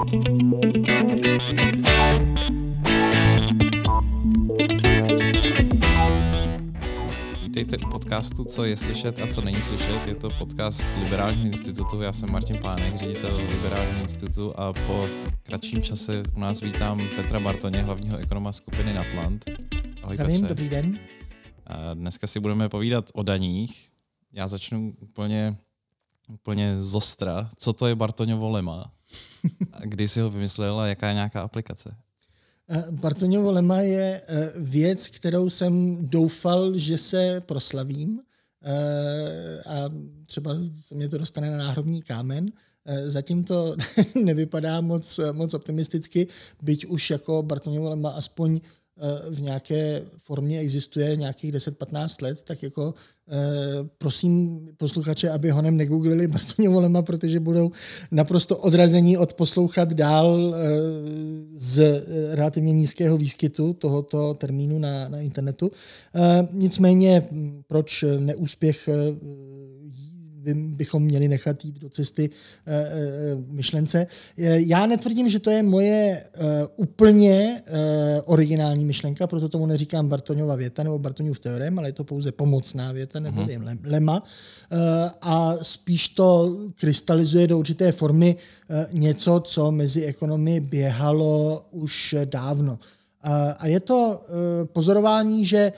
Vítejte u podcastu Co je slyšet a co není slyšet. Je to podcast Liberálního institutu. Já jsem Martin Pánek, ředitel Liberálního institutu a po kratším čase u nás vítám Petra Bartoně, hlavního ekonoma skupiny Natland. Ahoj Petře. Dobrý den. Dneska si budeme povídat o daních. Já začnu úplně zostra. Co to je Bartoňovo lema? Kdy jsi ho vymyslel a jaká je nějaká aplikace? Bartoňovo lema je věc, kterou jsem doufal, že se proslavím a třeba se mě to dostane na náhrobní kámen. Zatím to nevypadá moc optimisticky, byť už jako Bartoňovo lema aspoň v nějaké formě existuje nějakých 10-15 let, tak jako prosím posluchače, aby honem negooglili Bartoňovo lema, protože budou naprosto odrazení od poslouchat dál z relativně nízkého výskytu tohoto termínu na internetu. Nicméně, proč neúspěch bychom měli nechat jít do cesty myšlence. Já netvrdím, že to je moje úplně originální myšlenka, proto tomu neříkám Bartoňova věta nebo Bartoňův teorem, ale je to pouze pomocná věta nebo lema. A spíš to krystalizuje do určité formy něco, co mezi ekonomy běhalo už dávno. A je to pozorování, že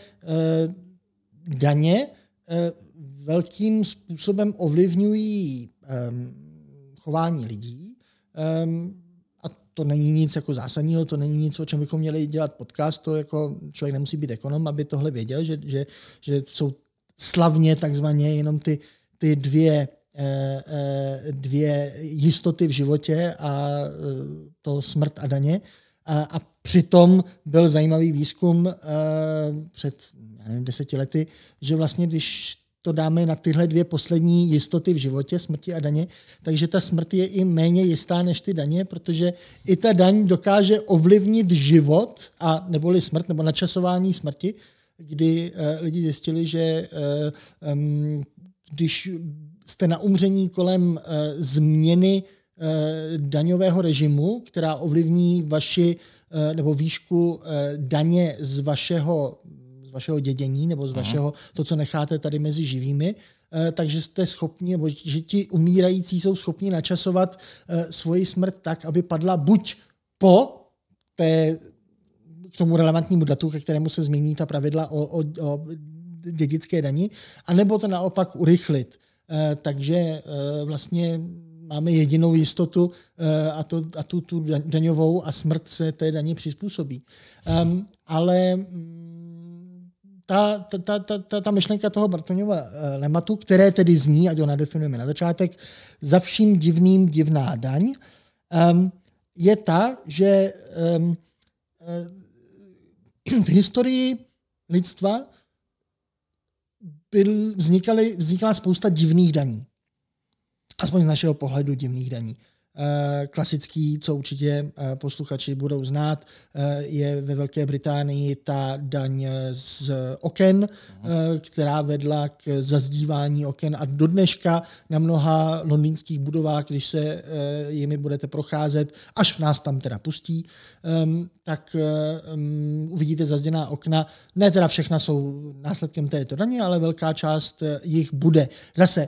daně velkým způsobem ovlivňují chování lidí. A to není nic jako zásadního, to není nic, o čem bychom měli dělat podcast. To jako člověk nemusí být ekonom, aby tohle věděl, že jsou slavně takzvaně jenom ty dvě jistoty v životě a to smrt a daně. A přitom byl zajímavý výzkum před 10 lety, že vlastně když to dáme na tyhle dvě poslední jistoty v životě, smrti a daně, takže ta smrt je i méně jistá než ty daně, protože i ta daň dokáže ovlivnit život a neboli smrt nebo načasování smrti, kdy lidi zjistili, že když jste na umření kolem změny daňového režimu, která ovlivní vaši nebo výšku daně z vašeho dědění nebo z vašeho, to, co necháte tady mezi živými, takže jste schopni, nebo že ti umírající jsou schopni načasovat svoji smrt tak, aby padla buď k tomu relevantnímu datu, ke kterému se změní ta pravidla o dědické dani, anebo to naopak urychlit. Takže vlastně máme jedinou jistotu a tu daňovou a smrt se té daně přizpůsobí. Ale ta myšlenka toho Bartoňova lematu, které tedy zní, ať ho nadefinujeme na začátek, za vším divným divná daň, je ta, že v historii lidstva vznikala spousta divných daní. Aspoň z našeho pohledu divných daní. Klasický, co určitě posluchači budou znát, je ve Velké Británii ta daň z oken, která vedla k zazdívání oken a do dneška na mnoha londýnských budovách, když se jimi budete procházet, až nás tam teda pustí, tak uvidíte zazděná okna. Ne teda všechna jsou následkem této daně, ale velká část jich bude. Zase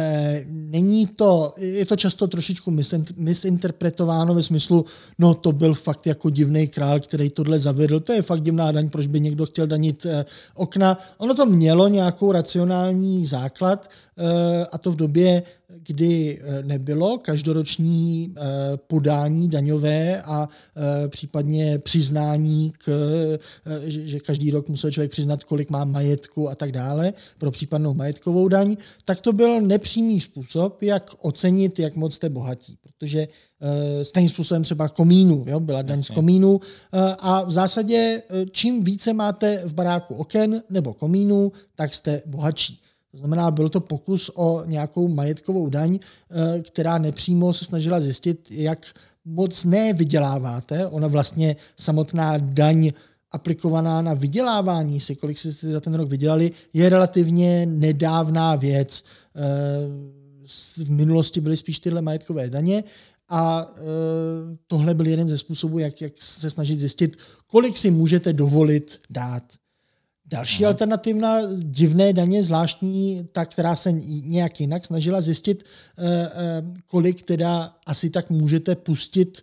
je to často trošičku misinterpretováno ve smyslu, no to byl fakt jako divný král, který tohle zavedl, to je fakt divná daň, proč by někdo chtěl danit okna. Ono to mělo nějakou racionální základ, a to v době, kdy nebylo každoroční podání daňové a případně přiznání, že každý rok musel člověk přiznat, kolik má majetku a tak dále pro případnou majetkovou daň, tak to byl nepřímý způsob, jak ocenit, jak moc jste bohatí. Protože stejným způsobem třeba komínu, byla daň z komínu a v zásadě čím více máte v baráku oken nebo komínu, tak jste bohatší. To znamená, byl to pokus o nějakou majetkovou daň, která nepřímo se snažila zjistit, jak moc nevyděláváte. Ona vlastně samotná daň aplikovaná na vydělávání si, kolik jste za ten rok vydělali, je relativně nedávná věc. v minulosti byly spíš tyhle majetkové daně a tohle byl jeden ze způsobů, jak se snažit zjistit, kolik si můžete dovolit dát. Další alternativna divné daně, zvláštní, ta, která se nějak jinak snažila zjistit, kolik teda asi tak můžete pustit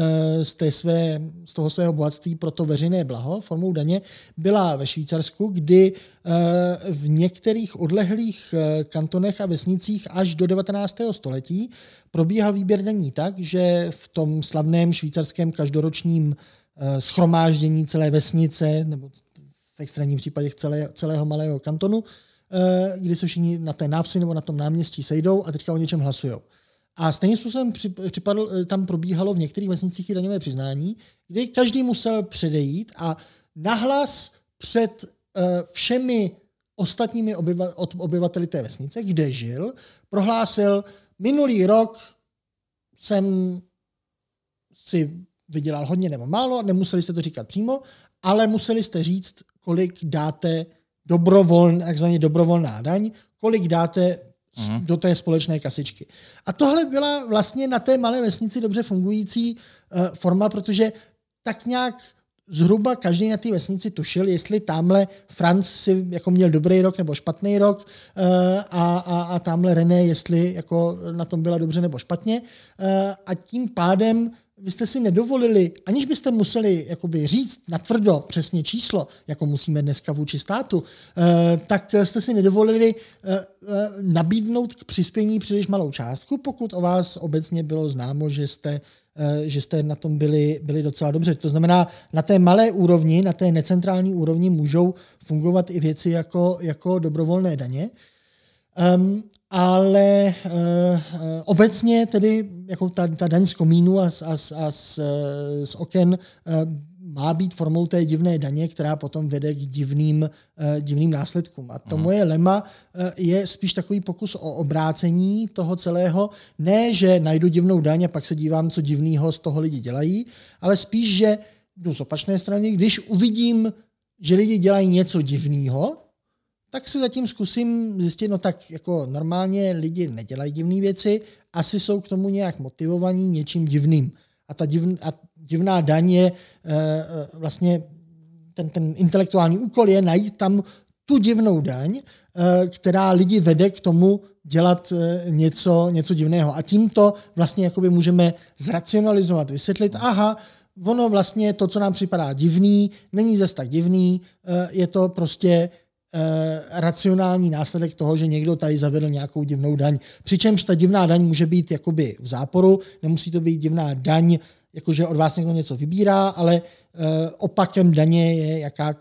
z toho svého bohatství pro to veřejné blaho formou daně, byla ve Švýcarsku, kdy v některých odlehlých kantonech a vesnicích až do 19. století probíhal výběr daní tak, že v tom slavném švýcarském každoročním shromáždění celé vesnice nebo v extrémním případě celého malého kantonu, kdy se všichni na té návsi nebo na tom náměstí sejdou a teďka o něčem hlasujou. A stejným způsobem tam probíhalo v některých vesnicích i daňové přiznání, kdy každý musel předejít a nahlas před všemi ostatními obyvateli té vesnice, kde žil, prohlásil, minulý rok jsem si vydělal hodně nebo málo, nemuseli jste to říkat přímo, ale museli jste říct, kolik dáte takzvaně dobrovolná daň, kolik dáte do té společné kasičky. A tohle byla vlastně na té malé vesnici dobře fungující forma, protože tak nějak zhruba každý na té vesnici tušil, jestli tamhle Franz si jako měl dobrý rok nebo špatný rok a tamhle René, jestli jako na tom byla dobře nebo špatně. A tím pádem vy jste si nedovolili, aniž byste museli jakoby říct natvrdo přesně číslo, jako musíme dneska vůči státu, tak jste si nedovolili nabídnout k přispění příliš malou částku, pokud o vás obecně bylo známo, že jste na tom byli docela dobře. To znamená, na té malé úrovni, na té necentrální úrovni můžou fungovat i věci jako dobrovolné daně. Ale obecně tedy jako ta daň z komínu a z oken má být formou té divné daně, která potom vede k divným následkům. A to moje lema je spíš takový pokus o obrácení toho celého. Ne, že najdu divnou daň a pak se dívám, co divného z toho lidi dělají, ale spíš, že jdu z opačné strany, když uvidím, že lidi dělají něco divného, tak si zatím zkusím zjistit, no tak jako normálně lidi nedělají divné věci, asi jsou k tomu nějak motivovaní něčím divným. A ta divná daň je vlastně ten intelektuální úkol je najít tam tu divnou daň, která lidi vede k tomu dělat něco divného. A tímto vlastně jakoby můžeme zracionalizovat, vysvětlit, aha, ono vlastně to, co nám připadá divný, není zas tak divný, je to prostě racionální následek toho, že někdo tady zavedl nějakou divnou daň. Přičemž ta divná daň může být jakoby v záporu, nemusí to být divná daň, jakože od vás někdo něco vybírá, ale opakem daně je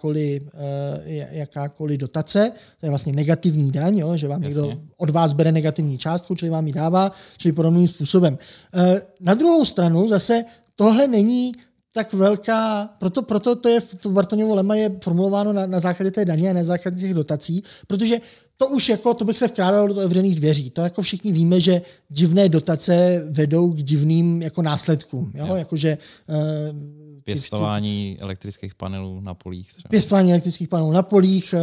jakákoliv dotace, to je vlastně negativní daň, jo, že vám někdo od vás bere negativní částku, čili vám ji dává, čili podobným způsobem. Na druhou stranu zase tohle není tak velká, proto to Bartoňovo lema je formulováno na základě té daně a na základě těch dotací, protože to už jako, to bych se vkládal do otevřených dveří. To jako všichni víme, že divné dotace vedou k divným jako následkům. Jo? Jakože, pěstování elektrických panelů na polích. Třeba. Pěstování elektrických panelů na polích,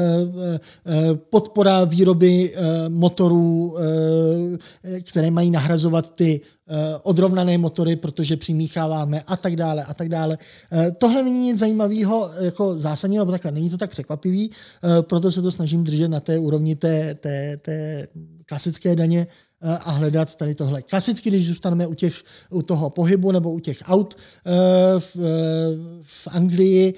podpora výroby motorů, které mají nahrazovat ty odrovnané motory, protože přimícháváme a tak dále a tak dále. Tohle není nic zajímavého, jako zásadního, nebo takhle, není to tak překvapivý, proto se to snažím držet na té úrovni té klasické daně a hledat tady tohle. Klasicky, když zůstaneme u toho pohybu nebo u těch aut v Anglii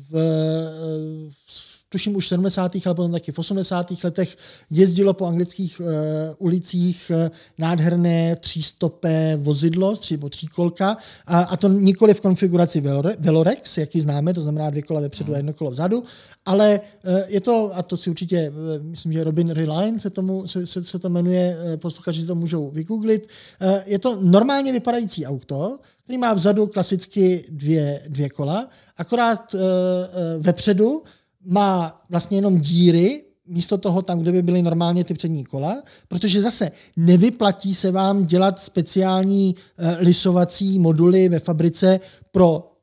tuším už v 70. ale potom taky v 80. letech jezdilo po anglických ulicích nádherné třístopé vozidlo, tříkolka, a to nikoli v konfiguraci Velorex, jaký známe, to znamená 2 kola vepředu a 1 kolo vzadu, ale je to, a to si určitě, myslím, že Robin Reliant se to jmenuje, posluchači si to můžou vygooglit, je to normálně vypadající auto, který má vzadu klasicky 2 kola, akorát vepředu má vlastně jenom díry, místo toho tam, kde by byly normálně ty přední kola, protože zase nevyplatí se vám dělat speciální lisovací moduly ve fabrice pro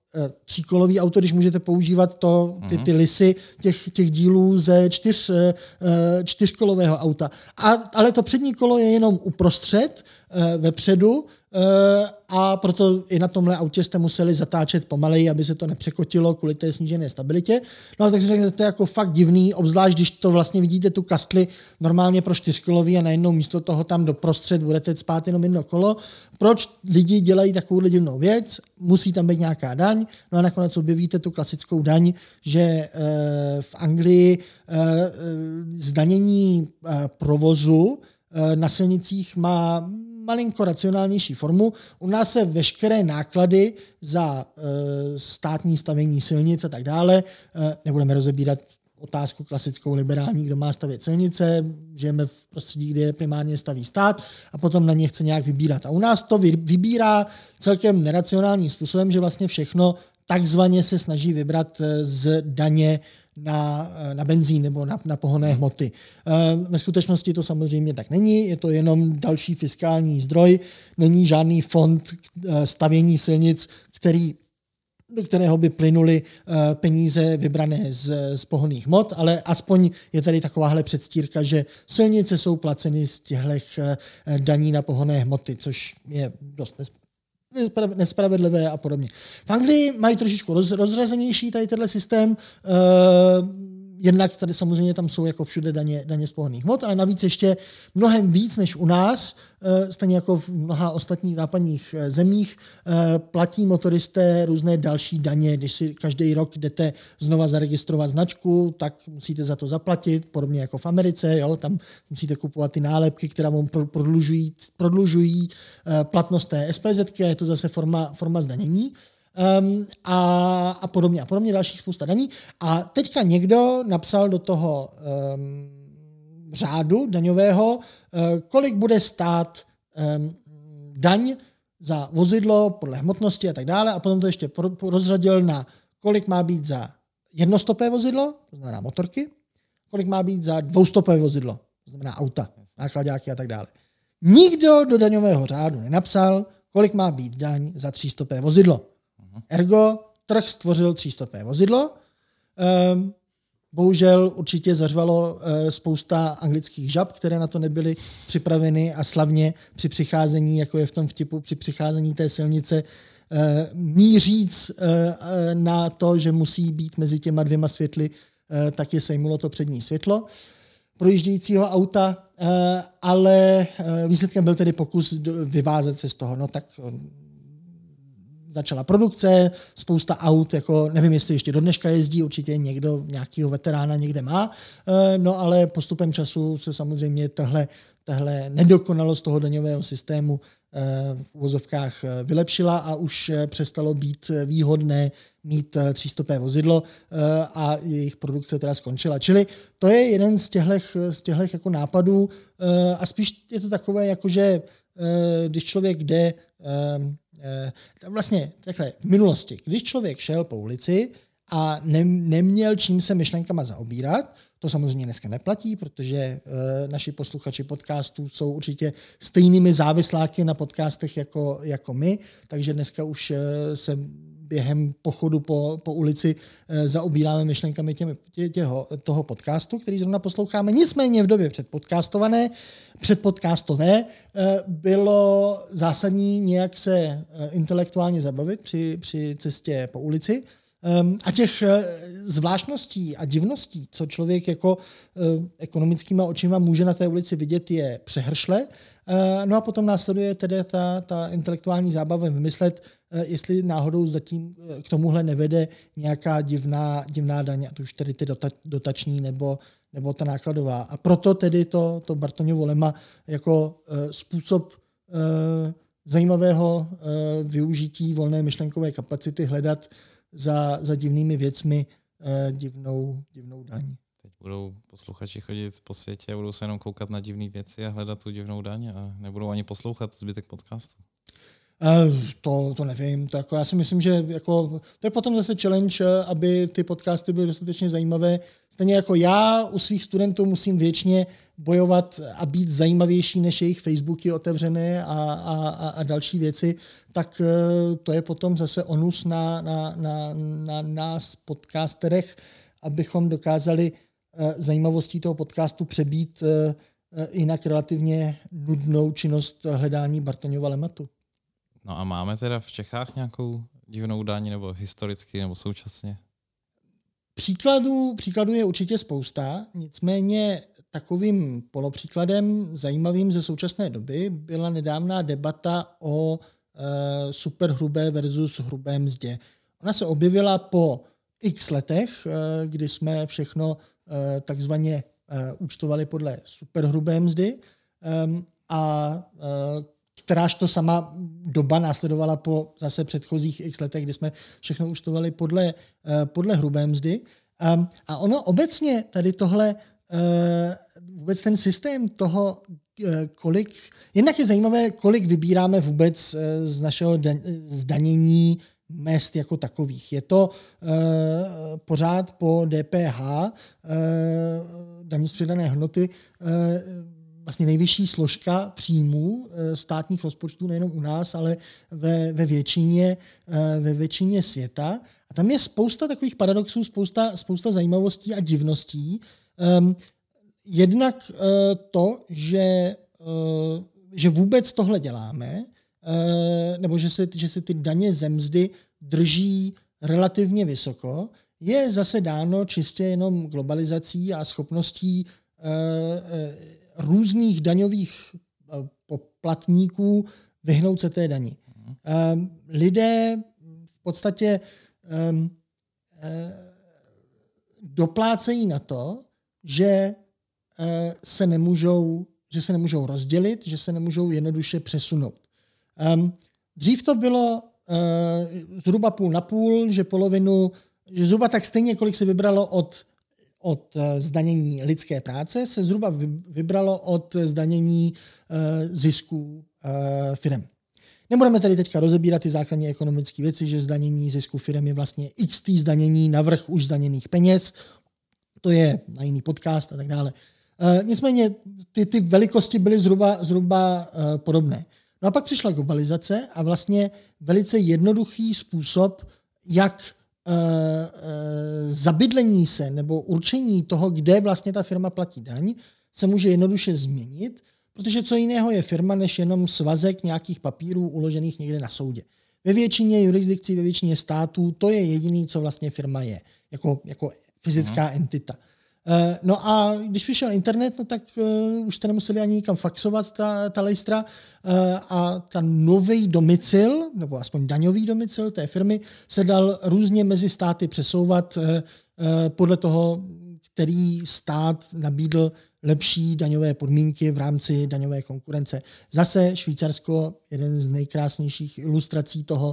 tříkolový auto, když můžete používat ty lisy těch dílů ze čtyřkolového auta. Ale to přední kolo je jenom uprostřed, vepředu, a proto i na tomhle autě jste museli zatáčet pomaleji, aby se to nepřekotilo kvůli té snížené stabilitě. No a takže řekněte, to je jako fakt divný, obzvlášť když to vlastně vidíte tu kastli normálně pro čtyřkolový a najednou místo toho tam doprostřed budete spát jenom jedno kolo. Proč lidi dělají takovou divnou věc? Musí tam být nějaká daň. No a nakonec objevíte tu klasickou daň, že v Anglii zdanění provozu na silnicích má malinko racionálnější formu. U nás se veškeré náklady za státní stavění silnic a tak dále, nebudeme rozebírat otázku klasickou liberální, kdo má stavět silnice, žijeme v prostředí, kde je primárně staví stát a potom na ně chce nějak vybírat. A u nás to vybírá celkem neracionálním způsobem, že vlastně všechno takzvaně se snaží vybrat z daně na benzín nebo na pohonné hmoty. Ve skutečnosti to samozřejmě tak není, je to jenom další fiskální zdroj, není žádný fond stavění silnic, do kterého by plynuly peníze vybrané z pohonných hmot, ale aspoň je tady takováhle předstírka, že silnice jsou placeny z těchto daní na pohonné hmoty, což je dost nespravedlivé a podobně. V Anglii mají trošičku rozřazenější tady tenhle systém, jednak tady samozřejmě tam jsou jako všude daně z pohonných hmot, ale navíc ještě mnohem víc než u nás, stejně jako v mnoha ostatních západních zemích, platí motoristé různé další daně. Když si každý rok jdete znova zaregistrovat značku, tak musíte za to zaplatit, podobně jako v Americe, jo, tam musíte kupovat ty nálepky, které vám prodlužují platnost té SPZ, je to zase forma zdanění. A podobně dalších spousta daní. A teďka někdo napsal do toho řádu daňového, kolik bude stát daň za vozidlo podle hmotnosti a tak dále, a potom to ještě rozřadil na kolik má být za jednostopé vozidlo, to znamená motorky, kolik má být za dvoustopé vozidlo, to znamená auta, nákladáky a tak dále. Nikdo do daňového řádu nenapsal, kolik má být daň za třístopé vozidlo. Ergo, trh stvořil třístopé vozidlo. Bohužel určitě zařvalo spousta anglických žab, které na to nebyly připraveny a slavně při přicházení, jako je v tom vtipu, při přicházení té silnice, míříc na to, že musí být mezi těma dvěma světly, tak je sejmulo to přední světlo projíždějícího auta, ale výsledkem byl tedy pokus vyvázet se z toho. No tak začala produkce, spousta aut, jako nevím, jestli ještě do dneška jezdí, určitě někdo, nějakýho veterána někde má, no ale postupem času se samozřejmě tahle nedokonalost toho daňového systému v uvozovkách vylepšila a už přestalo být výhodné mít třístopé vozidlo a jejich produkce teda skončila. Čili to je jeden z těchto jako nápadů a spíš je to takové, jakože když člověk jde vlastně takhle v minulosti, když člověk šel po ulici a neměl čím se myšlenkama zaobírat, to samozřejmě dneska neplatí, protože naši posluchači podcastů jsou určitě stejnými závisláky na podcastech jako my, takže dneska už se během pochodu po ulici zaobíráme myšlenkami toho podcastu, který zrovna posloucháme. Nicméně v době předpodcastové bylo zásadní nějak se intelektuálně zabavit při cestě po ulici. A těch zvláštností a divností, co člověk jako ekonomickýma očima může na té ulici vidět, je přehršle. No a potom následuje tedy ta intelektuální zábava vymyslet, jestli náhodou zatím k tomuhle nevede nějaká divná daň, ať už tedy ty dotační nebo ta nákladová. A proto tedy to Bartoňovo lema jako způsob zajímavého využití volné myšlenkové kapacity hledat za divnými věcmi divnou daň. Teď budou posluchači chodit po světě a budou se jenom koukat na divné věci a hledat tu divnou daň a nebudou ani poslouchat zbytek podcastu. To nevím. To jako, já si myslím, že jako, to je potom zase challenge, aby ty podcasty byly dostatečně zajímavé. Stejně jako já u svých studentů musím věčně bojovat a být zajímavější než jejich Facebooky otevřené a další věci, tak to je potom zase onus na nás podcasterech, abychom dokázali zajímavostí toho podcastu přebít jinak relativně nudnou činnost hledání Bartoňova lematu. No a máme teda v Čechách nějakou divnou daň, nebo historicky, nebo současně? Příkladů je určitě spousta, nicméně takovým polopříkladem zajímavým ze současné doby byla nedávná debata o superhrubé versus hrubé mzdě. Ona se objevila po x letech, kdy jsme všechno takzvaně účtovali podle superhrubé mzdy a kteráž to sama doba následovala po zase předchozích x letech, kdy jsme všechno účtovali podle hrubé mzdy. A ono obecně tady tohle, vůbec ten systém toho, kolik, jednak je zajímavé, kolik vybíráme vůbec z našeho zdanění mezd jako takových. Je to pořád po DPH, daní z přidané hodnoty, vlastně nejvyšší složka příjmů státních rozpočtů nejenom u nás, ale ve většině světa. A tam je spousta takových paradoxů, spousta zajímavostí a divností. Jednak to, že vůbec tohle děláme, nebo že se ty daně ze mzdy drží relativně vysoko, je zase dáno čistě jenom globalizací a schopností různých daňových poplatníků vyhnout se té dani. Lidé v podstatě doplácejí na to, že se nemůžou rozdělit, že se nemůžou jednoduše přesunout. Dřív to bylo zhruba půl na půl, že zhruba tak stejně, kolik se vybralo od zdanění lidské práce, se zhruba vybralo od zdanění zisků firem. Nebudeme tady teďka rozebírat ty základní ekonomické věci, že zdanění zisku firem je vlastně XT zdanění navrch už zdaněných peněz. To je na jiný podcast a tak dále. Nicméně ty velikosti byly zhruba podobné. No a pak přišla globalizace a vlastně velice jednoduchý způsob, jak zabydlení se nebo určení toho, kde vlastně ta firma platí daň, se může jednoduše změnit, protože co jiného je firma, než jenom svazek nějakých papírů uložených někde na soudě. Ve většině jurisdikcí, ve většině států to je jediný, co vlastně firma je, jako fyzická entita. No a když přišel internet, no tak už jste nemuseli ani nikam faxovat ta lejstra a ta nový domicil, nebo aspoň daňový domicil té firmy se dal různě mezi státy přesouvat podle toho, který stát nabídl lepší daňové podmínky v rámci daňové konkurence. Zase Švýcarsko, jeden z nejkrásnějších ilustrací toho,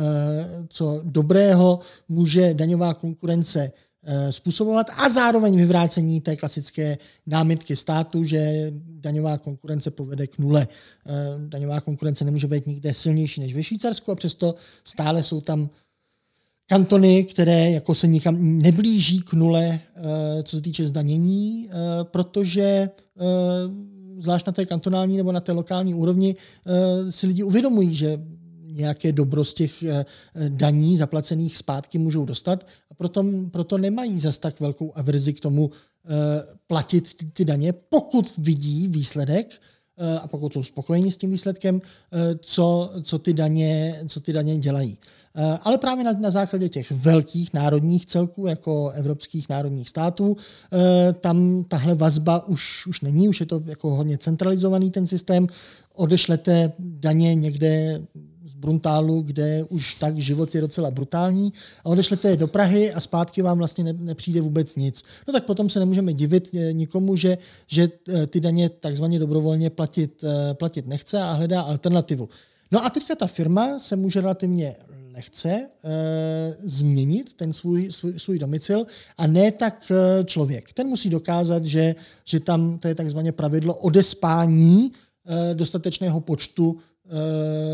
co dobrého může daňová konkurence způsobovat a zároveň vyvrácení té klasické námitky státu, že daňová konkurence povede k nule. Daňová konkurence nemůže být nikde silnější než ve Švýcarsku a přesto stále jsou tam kantony, které jako se nikam neblíží k nule, co se týče zdanění, protože zvlášť na té kantonální nebo na té lokální úrovni si lidi uvědomují, že nějaké dobro z těch daní zaplacených zpátky můžou dostat a proto nemají zas tak velkou averzi k tomu platit ty daně, pokud vidí výsledek a pokud jsou spokojeni s tím výsledkem, co ty daně dělají. Ale právě na základě těch velkých národních celků, jako evropských národních států, tam tahle vazba už není, už je to jako hodně centralizovaný ten systém. Odešlete daně někde z Bruntálu, kde už tak život je docela brutální, a odešlete je do Prahy a zpátky vám vlastně nepřijde vůbec nic. No tak potom se nemůžeme divit nikomu, že ty daně takzvaně dobrovolně platit nechce a hledá alternativu. No a teďka ta firma se může relativně lehce změnit ten svůj domicil a ne tak člověk. Ten musí dokázat, že tam to je takzvaně pravidlo odespání dostatečného počtu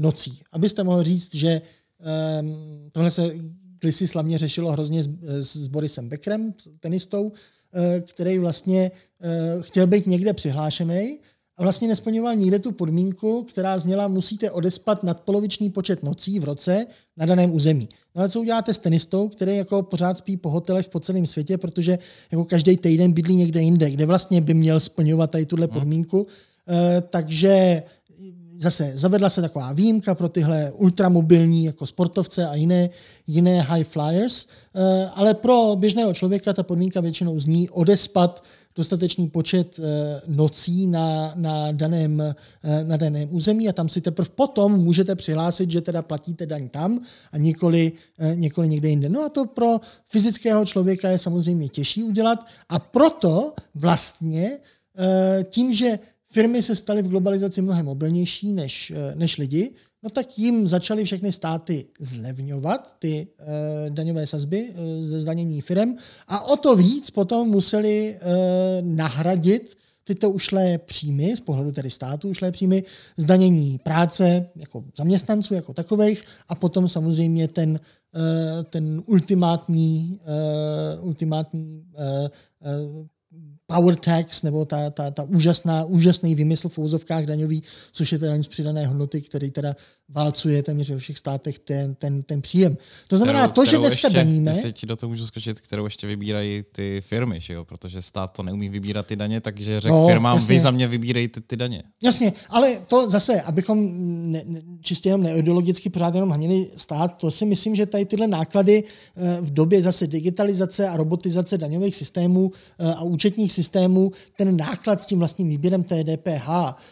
nocí. Abyste mohli říct, že tohle se kdysi slavně řešilo hrozně s Borisem Beckerem, tenistou, který vlastně chtěl být někde přihlášený a vlastně nesplňoval nikde tu podmínku, která zněla, musíte odespat nadpoloviční počet nocí v roce na daném území. No ale co uděláte s tenistou, který jako pořád spí po hotelech po celém světě, protože jako každý týden bydlí někde jinde, kde vlastně by měl splňovat tady tuhle podmínku. Takže zase zavedla se taková výjimka pro tyhle ultramobilní jako sportovce a jiné high flyers, ale pro běžného člověka ta podmínka většinou zní odespat dostatečný počet nocí na daném území a tam si teprve potom můžete přihlásit, že teda platíte daň tam a nikoli někde jinde. No a to pro fyzického člověka je samozřejmě těžší udělat a proto vlastně tím, že firmy se staly v globalizaci mnohem mobilnější než lidi, no tak jim začaly všechny státy zlevňovat ty daňové sazby ze zdanění firem a o to víc potom museli nahradit tyto ušlé příjmy, z pohledu tedy státu ušlé příjmy, zdanění práce jako zaměstnanců jako takových a potom samozřejmě ten ultimátní power tax, nebo ta úžasný výmysl v úzovkách daňový, což je daň z přidané hodnoty, který teda válcuje téměř ve všech státech ten příjem. To znamená, že dneska daníme... Jestli ti do toho můžu skočit, kterou ještě vybírají ty firmy, že jo? Protože stát to neumí vybírat ty daně, takže řekl firmám, jasně, vy za mě vybírejte ty daně. Jasně, ale to zase, abychom čistě jenom neideologicky pořád jenom hanili stát, to si myslím, že tady tyhle náklady v době zase digitalizace a robotizace daňových systémů a účetních systémů, ten náklad s tím vlastním výběrem té DPH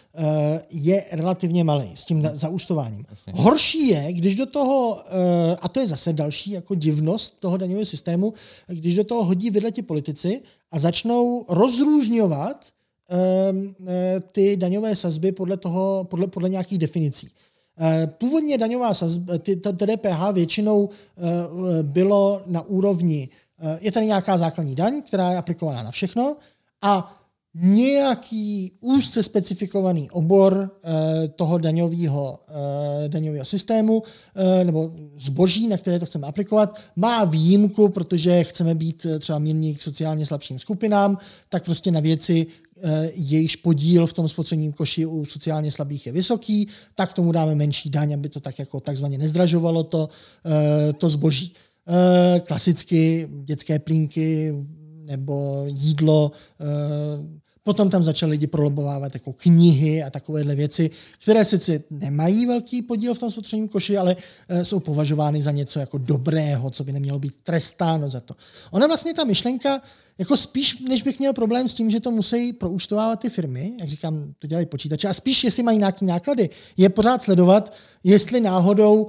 je relativně malý s tím zaúčtováním. Jasně. Horší je, když do toho, a to je zase další jako divnost toho daňového systému, když do toho hodí vidle ti politici a začnou rozrůzňovat ty daňové sazby podle nějakých definicí. Původně daňová sazba, to DPH většinou bylo na úrovni, je tady nějaká základní daň, která je aplikovaná na všechno a nějaký úzce specifikovaný obor toho daňového systému nebo zboží, na které to chceme aplikovat, má výjimku, protože chceme být třeba mírní k sociálně slabším skupinám, tak prostě na věci, jejíž podíl v tom spotřebním koši u sociálně slabých je vysoký, tak tomu dáme menší daň, aby to tak jako takzvaně nezdražovalo to zboží. Klasicky dětské plínky nebo jídlo. Potom tam začali lidi prolobovávat jako knihy a takovéhle věci, které sice nemají velký podíl v tom spotřebním koši, ale jsou považovány za něco jako dobrého, co by nemělo být trestáno za to. Ona vlastně ta myšlenka, jako spíš, než bych měl problém s tím, že to musí proúčtovávat ty firmy, jak říkám, to dělají počítače, a spíš, jestli mají nějaké náklady, je pořád sledovat, jestli náhodou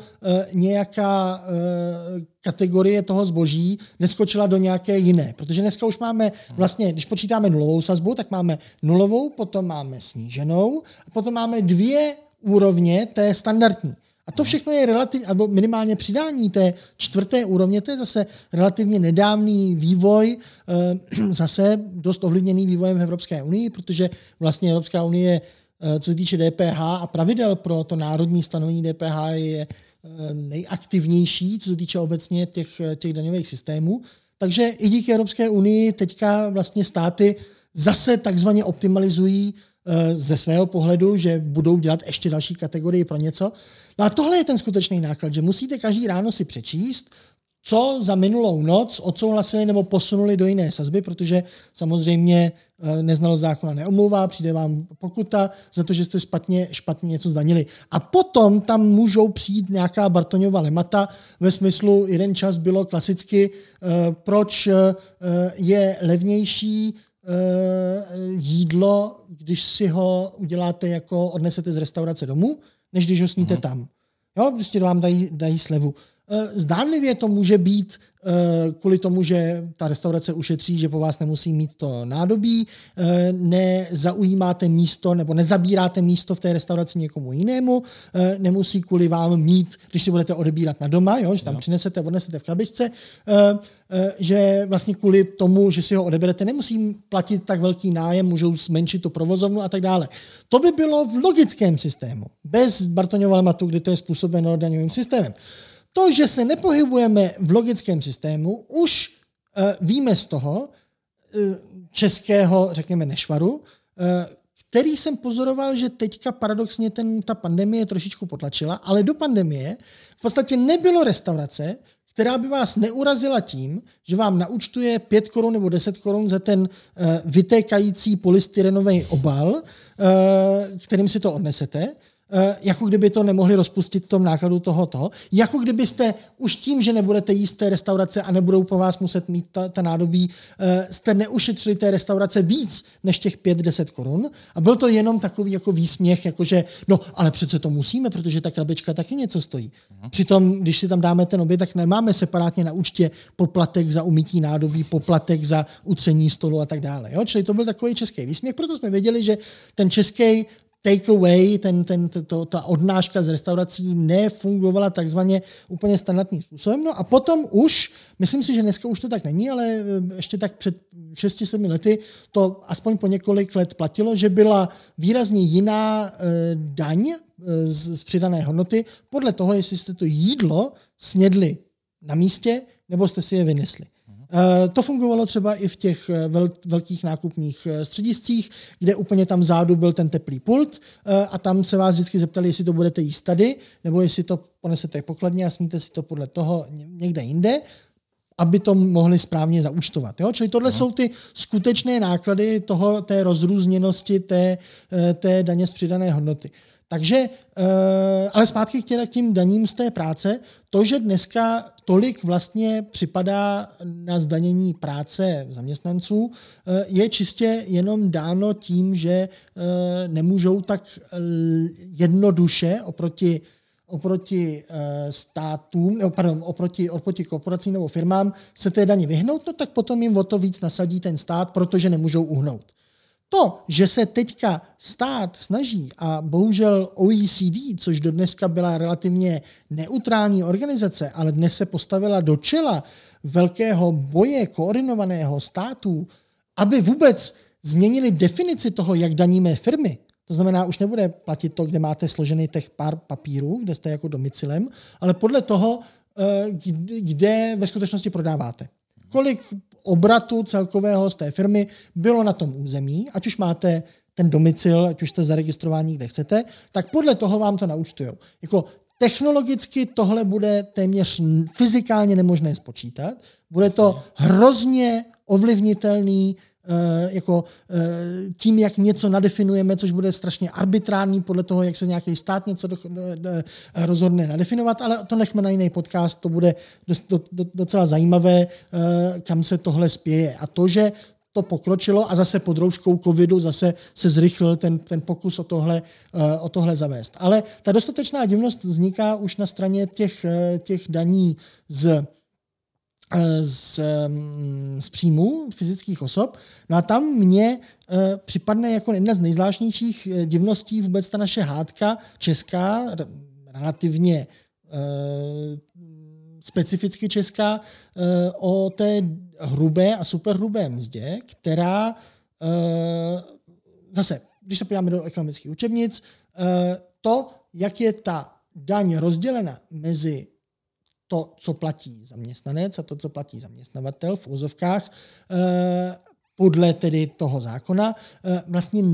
nějaká kategorie toho zboží neskočila do nějaké jiné. Protože dneska už máme vlastně, když počítáme nulovou sazbu, tak máme nulovou, potom máme sníženou, a potom máme 2 úrovně té standardní. A to všechno je relativně, nebo minimálně přidání té 4. úrovně, to je zase relativně nedávný vývoj, zase dost ovlivněný vývojem v Evropské unii, protože vlastně Evropská unie, co se týče DPH a pravidel pro to národní stanovení DPH, je nejaktivnější, co se týče obecně těch daňových systémů. Takže i díky Evropské unii teďka vlastně státy zase takzvaně optimalizují ze svého pohledu, že budou dělat ještě další kategorii pro něco. No a tohle je ten skutečný náklad, že musíte každý ráno si přečíst, co za minulou noc odsouhlasili nebo posunuli do jiné sazby, protože samozřejmě neznalost zákona neomlouvá, přijde vám pokuta za to, že jste špatně něco zdanili. A potom tam můžou přijít nějaká Bartoňova lemata ve smyslu, jeden čas bylo klasicky, proč je levnější jídlo, když si ho uděláte jako odnesete z restaurace domů, než když ho sníte tam. Jo, prostě vám dají slevu. Zdánlivě to může být kvůli tomu, že ta restaurace ušetří, že po vás nemusí mít to nádobí, nezaujímáte místo nebo nezabíráte místo v té restauraci někomu jinému, nemusí kvůli vám mít, když si budete odebírat na doma, jo, že tam přinesete, odnesete v krabičce, že vlastně kvůli tomu, že si ho odeberete, nemusí platit tak velký nájem, můžou zmenšit tu provozovnu a tak dále. To by bylo v logickém systému, bez Bartoňova lematu, kdy to je způsobeno daňovým systémem. To, že se nepohybujeme v logickém systému, už víme z toho českého, řekněme, nešvaru, který jsem pozoroval, že teďka paradoxně ta pandemie trošičku potlačila, ale do pandemie v podstatě nebylo restaurace, která by vás neurazila tím, že vám naúčtuje 5 korun nebo 10 korun za ten vytékající polystyrenový obal, kterým si to odnesete, jako kdyby to nemohli rozpustit v tom nákladu tohoto, jako kdybyste už tím, že nebudete jíst té restaurace a nebudou po vás muset mít ta nádobí, jste neušetřili té restaurace víc než těch 5-10 korun a byl to jenom takový jako výsměch, jakože no, ale přece to musíme, protože ta krabička taky něco stojí. Přitom, když si tam dáme ten oběd, tak nemáme separátně na účtě poplatek za umytí nádobí, poplatek za utření stolu a tak dále. Jo? Čili to byl takový český výsměch, proto jsme věděli, že ten český takeaway, ta odnáška z restaurací nefungovala takzvaně úplně standardním způsobem. No a potom už, myslím si, že dneska už to tak není, ale ještě tak před 6-7 lety to aspoň po několik let platilo, že byla výrazně jiná daň z přidané hodnoty podle toho, jestli jste to jídlo snědli na místě, nebo jste si je vynesli. To fungovalo třeba i v těch velkých nákupních střediscích, kde úplně tam zádu byl ten teplý pult a tam se vás vždycky zeptali, jestli to budete jíst tady, nebo jestli to ponesete pokladně a sníte si to podle toho někde jinde, aby to mohli správně zaúčtovat. Jo? Čili tohle jsou ty skutečné náklady té rozrůzněnosti té daně z přidané hodnoty. Takže, ale zpátky k tím daním z té práce, to, že dneska tolik vlastně připadá na zdanění práce zaměstnanců, je čistě jenom dáno tím, že nemůžou tak jednoduše oproti státům, oproti korporacím nebo firmám se té daně vyhnout, no tak potom jim o to víc nasadí ten stát, protože nemůžou uhnout. To, že se teďka stát snaží a bohužel OECD, což do dneska byla relativně neutrální organizace, ale dnes se postavila do čela velkého boje koordinovaného států, aby vůbec změnili definici toho, jak daníme firmy. To znamená, už nebude platit to, kde máte složený těch pár papírů, kde jste jako domicilem, ale podle toho, kde ve skutečnosti prodáváte. Kolik obratu celkového z té firmy bylo na tom území, ať už máte ten domicil, ať už jste zaregistrováni, kde chcete, tak podle toho vám to naúčtujou. Jako technologicky tohle bude téměř fyzikálně nemožné spočítat. Bude to hrozně ovlivnitelný tím, jak něco nadefinujeme, což bude strašně arbitrární podle toho, jak se nějaký stát něco rozhodne nadefinovat, ale to nechme na jiný podcast, to bude docela zajímavé, kam se tohle spěje. A to, že to pokročilo a zase pod rouškou covidu zase se zrychlil ten pokus o tohle zavést. Ale ta dostatečná divnost vzniká už na straně těch daní z příjmu fyzických osob. No a tam mně připadne jako jedna z nejzvláštnějších divností vůbec ta naše hádka česká, relativně specificky česká, o té hrubé a superhrubé mzdě, která zase, když se podíváme do ekonomických učebnic, to, jak je ta daň rozdělena mezi to, co platí zaměstnanec a to, co platí zaměstnavatel v úzovkách, podle tedy toho zákona, vlastně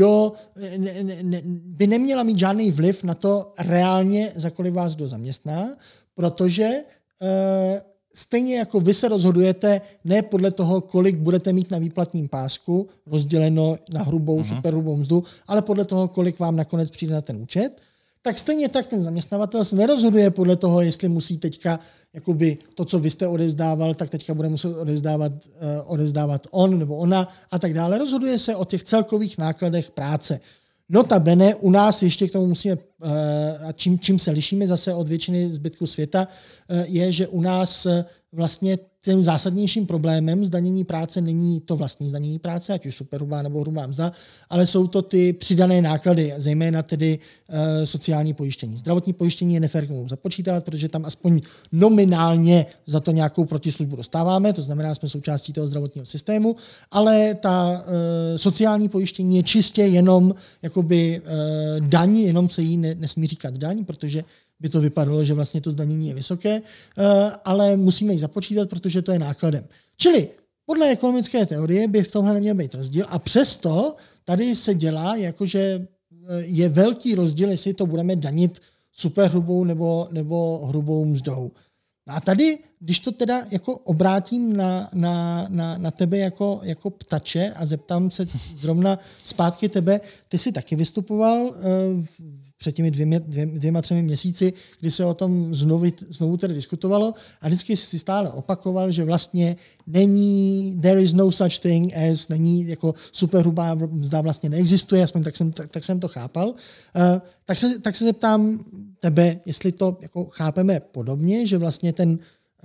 by neměla mít žádný vliv na to reálně, za kolik vás kdo zaměstná, protože stejně jako vy se rozhodujete ne podle toho, kolik budete mít na výplatním pásku rozděleno na hrubou, superhrubou mzdu, ale podle toho, kolik vám nakonec přijde na ten účet, tak stejně tak ten zaměstnavatel se nerozhoduje podle toho, jestli musí teďka jakoby to, co vy jste odevzdával, tak teďka bude muset odevzdávat on nebo ona a tak dále. Rozhoduje se o těch celkových nákladech práce. Notabene u nás ještě k tomu musíme a čím se lišíme zase od většiny zbytku světa, je, že u nás vlastně tím zásadnějším problémem zdanění práce není to vlastní zdanění práce, ať už superhrubá nebo hrubá mzda, ale jsou to ty přidané náklady, zejména tedy sociální pojištění. Zdravotní pojištění je nefér k tomu započítat, protože tam aspoň nominálně za to nějakou protislužbu dostáváme, to znamená, jsme součástí toho zdravotního systému, ale ta sociální pojištění je čistě jenom jakoby daň, jenom se jí nesmí říkat daň, protože by to vypadalo, že vlastně to zdanění je vysoké, ale musíme ji započítat, protože to je nákladem. Čili podle ekonomické teorie by v tomhle neměl být rozdíl a přesto tady se dělá, jakože je velký rozdíl, jestli to budeme danit superhrubou nebo hrubou mzdou. A tady, když to teda jako obrátím na tebe jako ptače a zeptám se zrovna zpátky tebe, ty jsi taky vystupoval před těmi 2-3 měsíci, kdy se o tom znovu tedy diskutovalo a vždycky si stále opakoval, že vlastně there is no such thing as, není jako superhrubá mzda vlastně neexistuje, aspoň tak jsem to chápal. Tak se zeptám tebe, jestli to jako chápeme podobně, že vlastně ten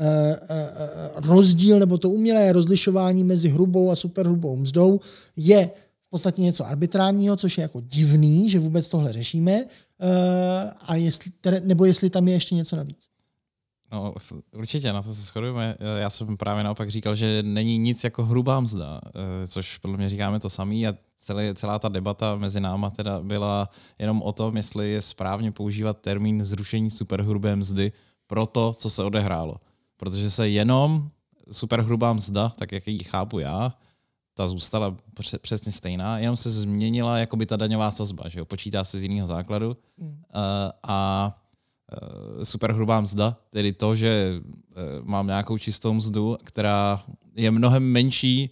rozdíl nebo to umělé rozlišování mezi hrubou a superhrubou mzdou je v podstatě něco arbitrárního, což je jako divný, že vůbec tohle řešíme, a jestli tam je ještě něco navíc. No, určitě, na to se shodujeme. Já jsem právě naopak říkal, že není nic jako hrubá mzda, což podle mě říkáme to samý a celá ta debata mezi náma teda byla jenom o tom, jestli je správně používat termín zrušení superhrubé mzdy pro to, co se odehrálo. Protože se jenom superhrubá mzda, tak jak ji chápu já, ta zůstala přesně stejná, jenom se změnila jakoby ta daňová sazba, že jo? Počítá se z jiného základu a superhrubá mzda, tedy to, že mám nějakou čistou mzdu, která je mnohem menší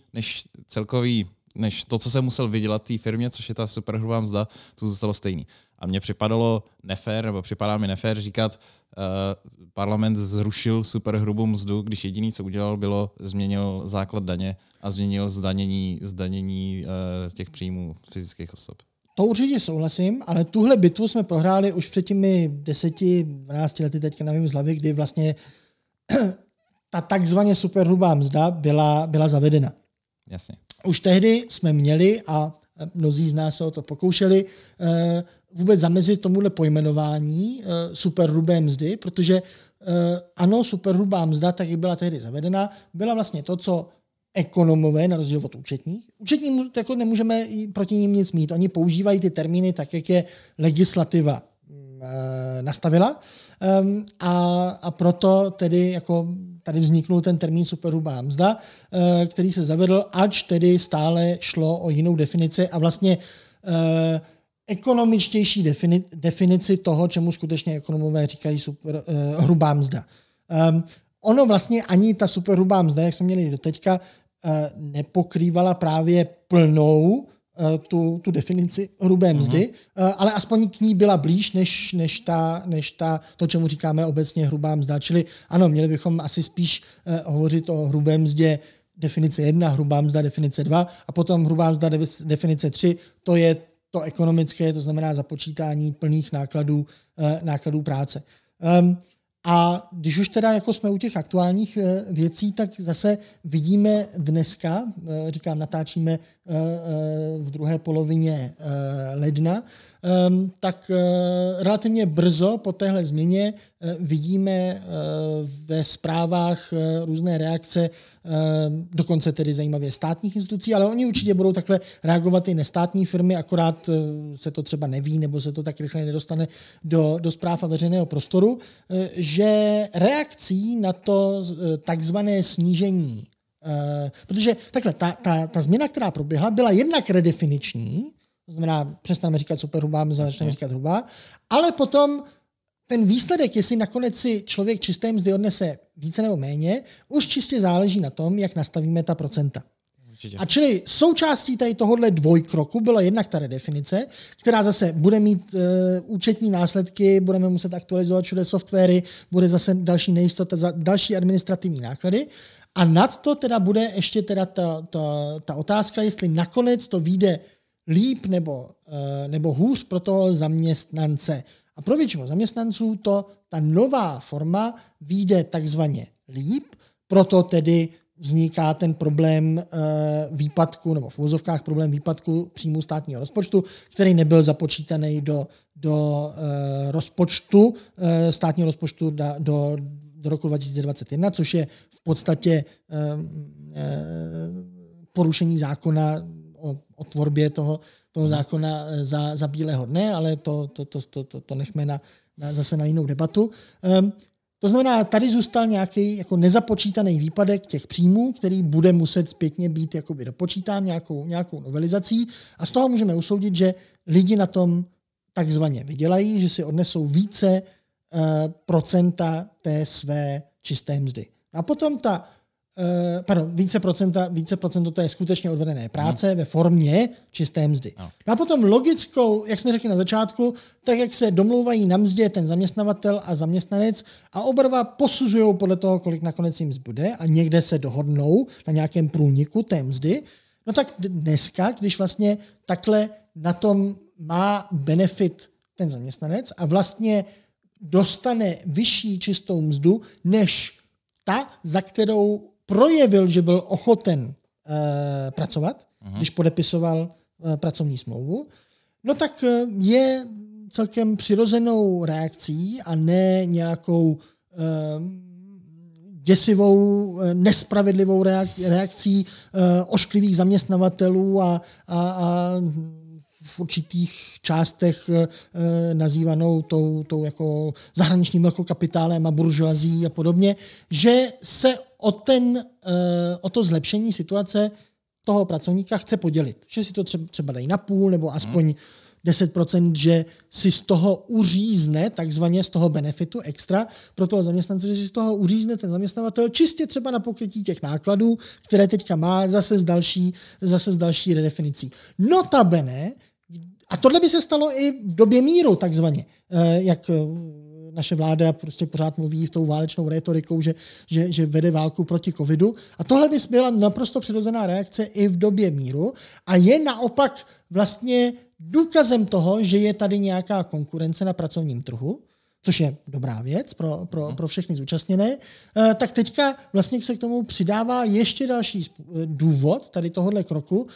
než to, co jsem musel vydělat té firmě, což je ta superhrubá mzda, to zůstalo stejný. A mně připadá mi nefér říkat, parlament zrušil superhrubou mzdu, když jediný, co udělal, bylo změnil základ daně a změnil zdanění těch příjmů fyzických osob. To určitě souhlasím, ale tuhle bitvu jsme prohráli už před těmi 10-12 lety, teďka nevím z hlavy, kdy vlastně ta takzvaně superhrubá mzda byla zavedena. Jasně. Už tehdy jsme měli, a mnozí z nás se o to pokoušeli, vůbec zamezit tomuhle pojmenování superhrubé mzdy, protože ano, superhrubá mzda, tak jak byla tehdy zavedena, byla vlastně to, co ekonomové, na rozdíl od účetních. Účetní jako nemůžeme proti nim nic mít. Oni používají ty termíny tak, jak je legislativa nastavila. A proto tedy jako tady vzniknul ten termín superhrubá mzda, který se zavedl, ač tedy stále šlo o jinou definici a vlastně ekonomičtější definici toho, čemu skutečně ekonomové říkají hrubá mzda. Ono vlastně ani ta superhrubá mzda, jak jsme měli doteďka, nepokrývala právě plnou tu definici hrubé mzdy, ale aspoň k ní byla blíž než to, čemu říkáme obecně hrubá mzda. Čili ano, měli bychom asi spíš hovořit o hrubé mzdě definice 1, hrubá mzda definice 2 a potom hrubá mzda definice 3, to je to ekonomické, to znamená započítání plných nákladů práce. A když už teda jako jsme u těch aktuálních věcí, tak zase vidíme dneska, natáčíme v druhé polovině ledna, tak relativně brzo po téhle změně vidíme ve zprávách různé reakce, dokonce tedy zajímavě státních institucí, ale oni určitě budou takhle reagovat i nestátní firmy, akorát se to třeba neví, nebo se to tak rychle nedostane do zpráv a veřejného prostoru, že reakcí na to takzvané snížení, protože takhle, ta změna, která proběhla, byla jednak redefiniční, to znamená, přestaneme říkat superhrubá mzda, začneme říkat hrubá, ale potom ten výsledek, jestli nakonec si člověk čisté mzdy odnese více nebo méně, už čistě záleží na tom, jak nastavíme ta procenta. Určitě. A čili součástí tady tohohle dvojkroku byla jednak ta redefinice, která zase bude mít účetní následky, budeme muset aktualizovat všude softwary, bude zase další nejistota, další administrativní náklady. A nad to teda bude ještě teda ta otázka, jestli nakonec to vyjde líp nebo hůř pro toho zaměstnance. A pro většinu zaměstnanců ta nová forma vyjde takzvaně líp, proto tedy vzniká ten problém výpadku, nebo v uvozovkách problém výpadku příjmů státního rozpočtu, který nebyl započítaný do rozpočtu, státního rozpočtu do roku 2021, což je v podstatě porušení zákona o tvorbě toho zákona za bílého dne, ale to nechme zase na jinou debatu. To znamená, tady zůstal nějaký jako nezapočítaný výpadek těch příjmů, který bude muset zpětně být jakoby dopočítán nějakou novelizací a z toho můžeme usoudit, že lidi na tom takzvaně vydělají, že si odnesou více procenta té své čisté mzdy. A potom více procento té skutečně odvedené práce ve formě čisté mzdy. No. A potom logickou, jak jsme řekli na začátku, tak jak se domlouvají na mzdě ten zaměstnavatel a zaměstnanec a oba dva posuzují podle toho, kolik nakonec jim zbude a někde se dohodnou na nějakém průniku té mzdy, no tak dneska, když vlastně takhle na tom má benefit ten zaměstnanec a vlastně dostane vyšší čistou mzdu, než ta, za kterou projevil, že byl ochoten pracovat, když podepisoval pracovní smlouvu, no tak je celkem přirozenou reakcí a ne nějakou děsivou, nespravedlivou reakcí ošklivých zaměstnavatelů a v určitých částech nazývanou tou jako zahraničním velkokapitálem a buržoazí a podobně, že se o to zlepšení situace toho pracovníka chce podělit. Že si to třeba dají na půl nebo aspoň 10%, že si z toho uřízne, takzvaně z toho benefitu extra pro toho zaměstnance, že si z toho uřízne ten zaměstnavatel čistě třeba na pokrytí těch nákladů, které teďka má zase z další redefinicí. Notabene, a tohle by se stalo i v době míru, takzvaně, jak naše vláda prostě pořád mluví v tou válečnou rétorikou, že vede válku proti covidu. A tohle by byla naprosto přirozená reakce i v době míru a je naopak vlastně důkazem toho, že je tady nějaká konkurence na pracovním trhu, což je dobrá věc pro všechny zúčastněné, tak teďka vlastně se k tomu přidává ještě další důvod tady tohohle kroku,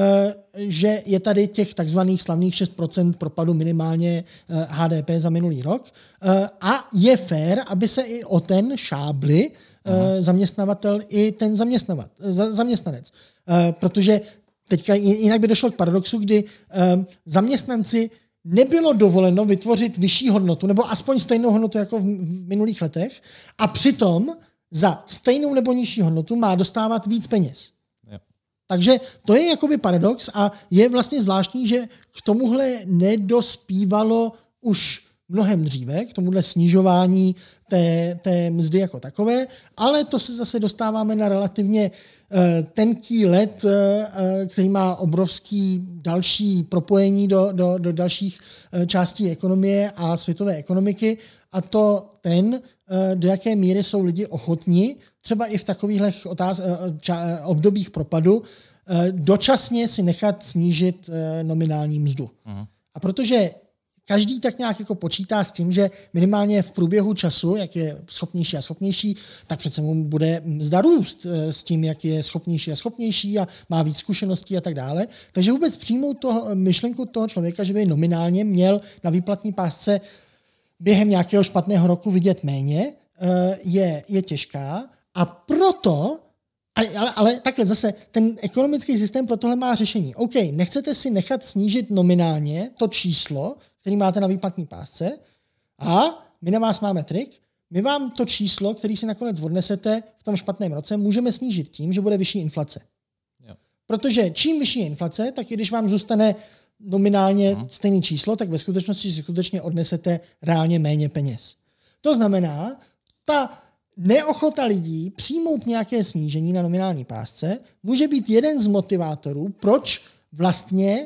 že je tady těch takzvaných slavných 6% propadu minimálně HDP za minulý rok a je fér, aby se i o ten šábli zaměstnavatel i ten zaměstnanec. Protože teďka jinak by došlo k paradoxu, kdy zaměstnanci nebylo dovoleno vytvořit vyšší hodnotu, nebo aspoň stejnou hodnotu jako v minulých letech, a přitom za stejnou nebo nižší hodnotu má dostávat víc peněz. Jo. Takže to je jakoby paradox a je vlastně zvláštní, že k tomuhle nedospívalo už mnohem dříve, k tomuhle snižování té mzdy jako takové, ale to se zase dostáváme na relativně tenký led, který má obrovský další propojení do dalších částí ekonomie a světové ekonomiky, a to do jaké míry jsou lidi ochotní, třeba i v takovýchhle obdobích propadu, dočasně si nechat snížit nominální mzdu. A protože každý tak nějak jako počítá s tím, že minimálně v průběhu času, jak je schopnější a schopnější, tak přece mu bude mzda růst s tím, jak je schopnější a schopnější a má víc zkušeností a tak dále. Takže vůbec přijmout myšlenku toho člověka, že by nominálně měl na výplatní pásce během nějakého špatného roku vidět méně, je těžká. A proto, ale takhle zase, ten ekonomický systém pro tohle má řešení. OK, nechcete si nechat snížit nominálně to číslo, který máte na výplatní pásce, a my na vás máme trik, my vám to číslo, který si nakonec odnesete v tom špatném roce, můžeme snížit tím, že bude vyšší inflace. Jo. Protože čím vyšší je inflace, tak i když vám zůstane nominálně stejné číslo, tak ve skutečnosti si skutečně odnesete reálně méně peněz. To znamená, ta neochota lidí přijmout nějaké snížení na nominální pásce může být jeden z motivátorů, proč vlastně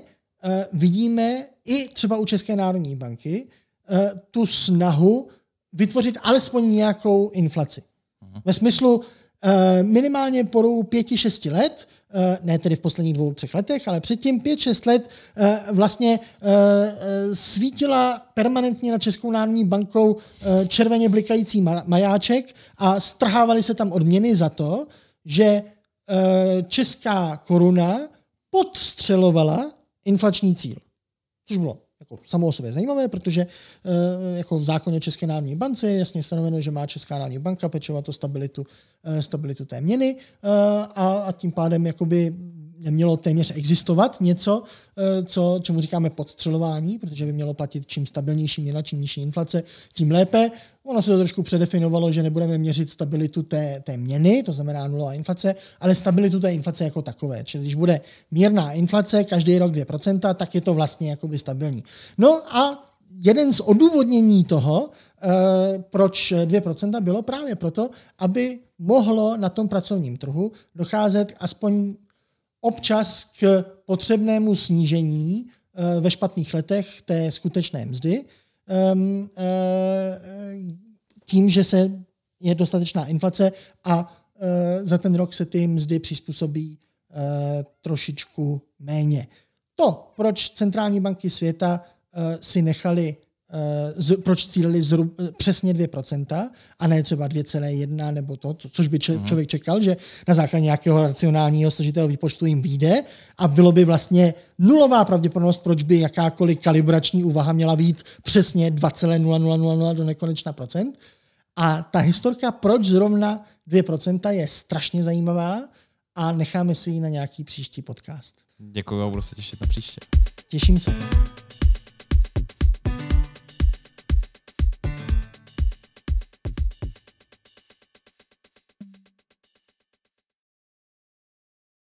vidíme i třeba u České národní banky tu snahu vytvořit alespoň nějakou inflaci. Ve smyslu minimálně po 5-6 let ne tedy v posledních 2-3 letech, ale předtím 5-6 let vlastně svítila permanentně nad Českou národní bankou červeně blikající majáček a strhávaly se tam odměny za to, že česká koruna podstřelovala inflační cíl. Což bylo jako samo o sobě zajímavé, protože jako v zákoně České národní bance je jasně stanoveno, že má Česká národní banka pečovat o stabilitu té měny a tím pádem jakoby nemělo téměř existovat něco, čemu říkáme podstřelování, protože by mělo platit čím stabilnější měna, čím nižší inflace, tím lépe. Ono se to trošku předefinovalo, že nebudeme měřit stabilitu té měny, to znamená nulová inflace, ale stabilitu té inflace jako takové. Čili když bude mírná inflace každý rok 2%, tak je to vlastně jakoby stabilní. No a jeden z odůvodnění toho, proč 2% bylo právě proto, aby mohlo na tom pracovním trhu docházet aspoň občas k potřebnému snížení ve špatných letech té skutečné mzdy, tím, že je dostatečná inflace a za ten rok se ty mzdy přizpůsobí trošičku méně. To, proč centrální banky světa si nechali, proč cílili přesně 2% a ne třeba 2,1 nebo to, což by člověk čekal, že na základě nějakého racionálního složitého výpočtu jim vyjde a bylo by vlastně nulová pravděpodobnost, proč by jakákoliv kalibrační úvaha měla být přesně 2,0000 do nekonečna procent. A ta historka, proč zrovna 2% je strašně zajímavá a necháme si ji na nějaký příští podcast. Děkuji a budu se těšit na příště. Těším se.